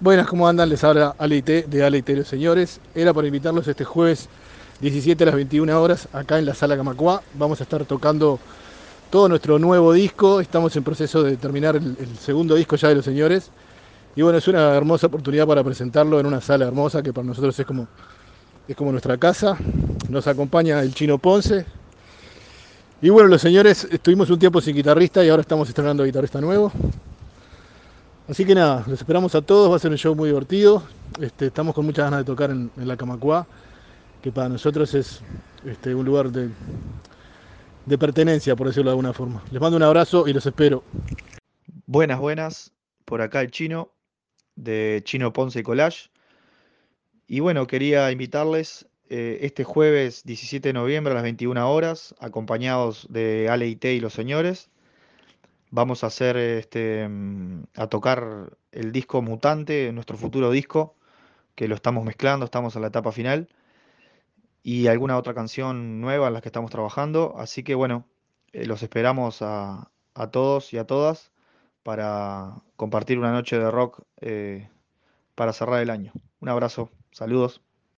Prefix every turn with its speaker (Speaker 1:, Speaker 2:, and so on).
Speaker 1: Buenas, ¿cómo andan? Les habla Ale IT de Ale IT Los Señores. Era para invitarlos este jueves 17 a las 21 horas acá en la Sala Camacuá. Vamos a estar tocando todo nuestro nuevo disco. Estamos en proceso de terminar el segundo disco ya de Los Señores. Y bueno, es una hermosa oportunidad para presentarlo en una sala hermosa que para nosotros es como nuestra casa. Nos acompaña el Chino Ponce. Y bueno, Los Señores, estuvimos un tiempo sin guitarrista y ahora estamos estrenando guitarrista nuevo. Así que nada, los esperamos a todos, va a ser un show muy divertido. Estamos con muchas ganas de tocar en la Camacuá, que para nosotros es un lugar de pertenencia, por decirlo de alguna forma. Les mando un abrazo y los espero.
Speaker 2: Buenas, buenas. Por acá el Chino, de Chino Ponce Collage. Y bueno, quería invitarles este jueves 17 de noviembre a las 21 horas, acompañados de Ale y T y los señores. Vamos a hacer a tocar el disco Mutante, nuestro futuro disco, que lo estamos mezclando, estamos en la etapa final, y alguna otra canción nueva en la que estamos trabajando. Así que bueno, los esperamos a todos y a todas para compartir una noche de rock para cerrar el año. Un abrazo, saludos.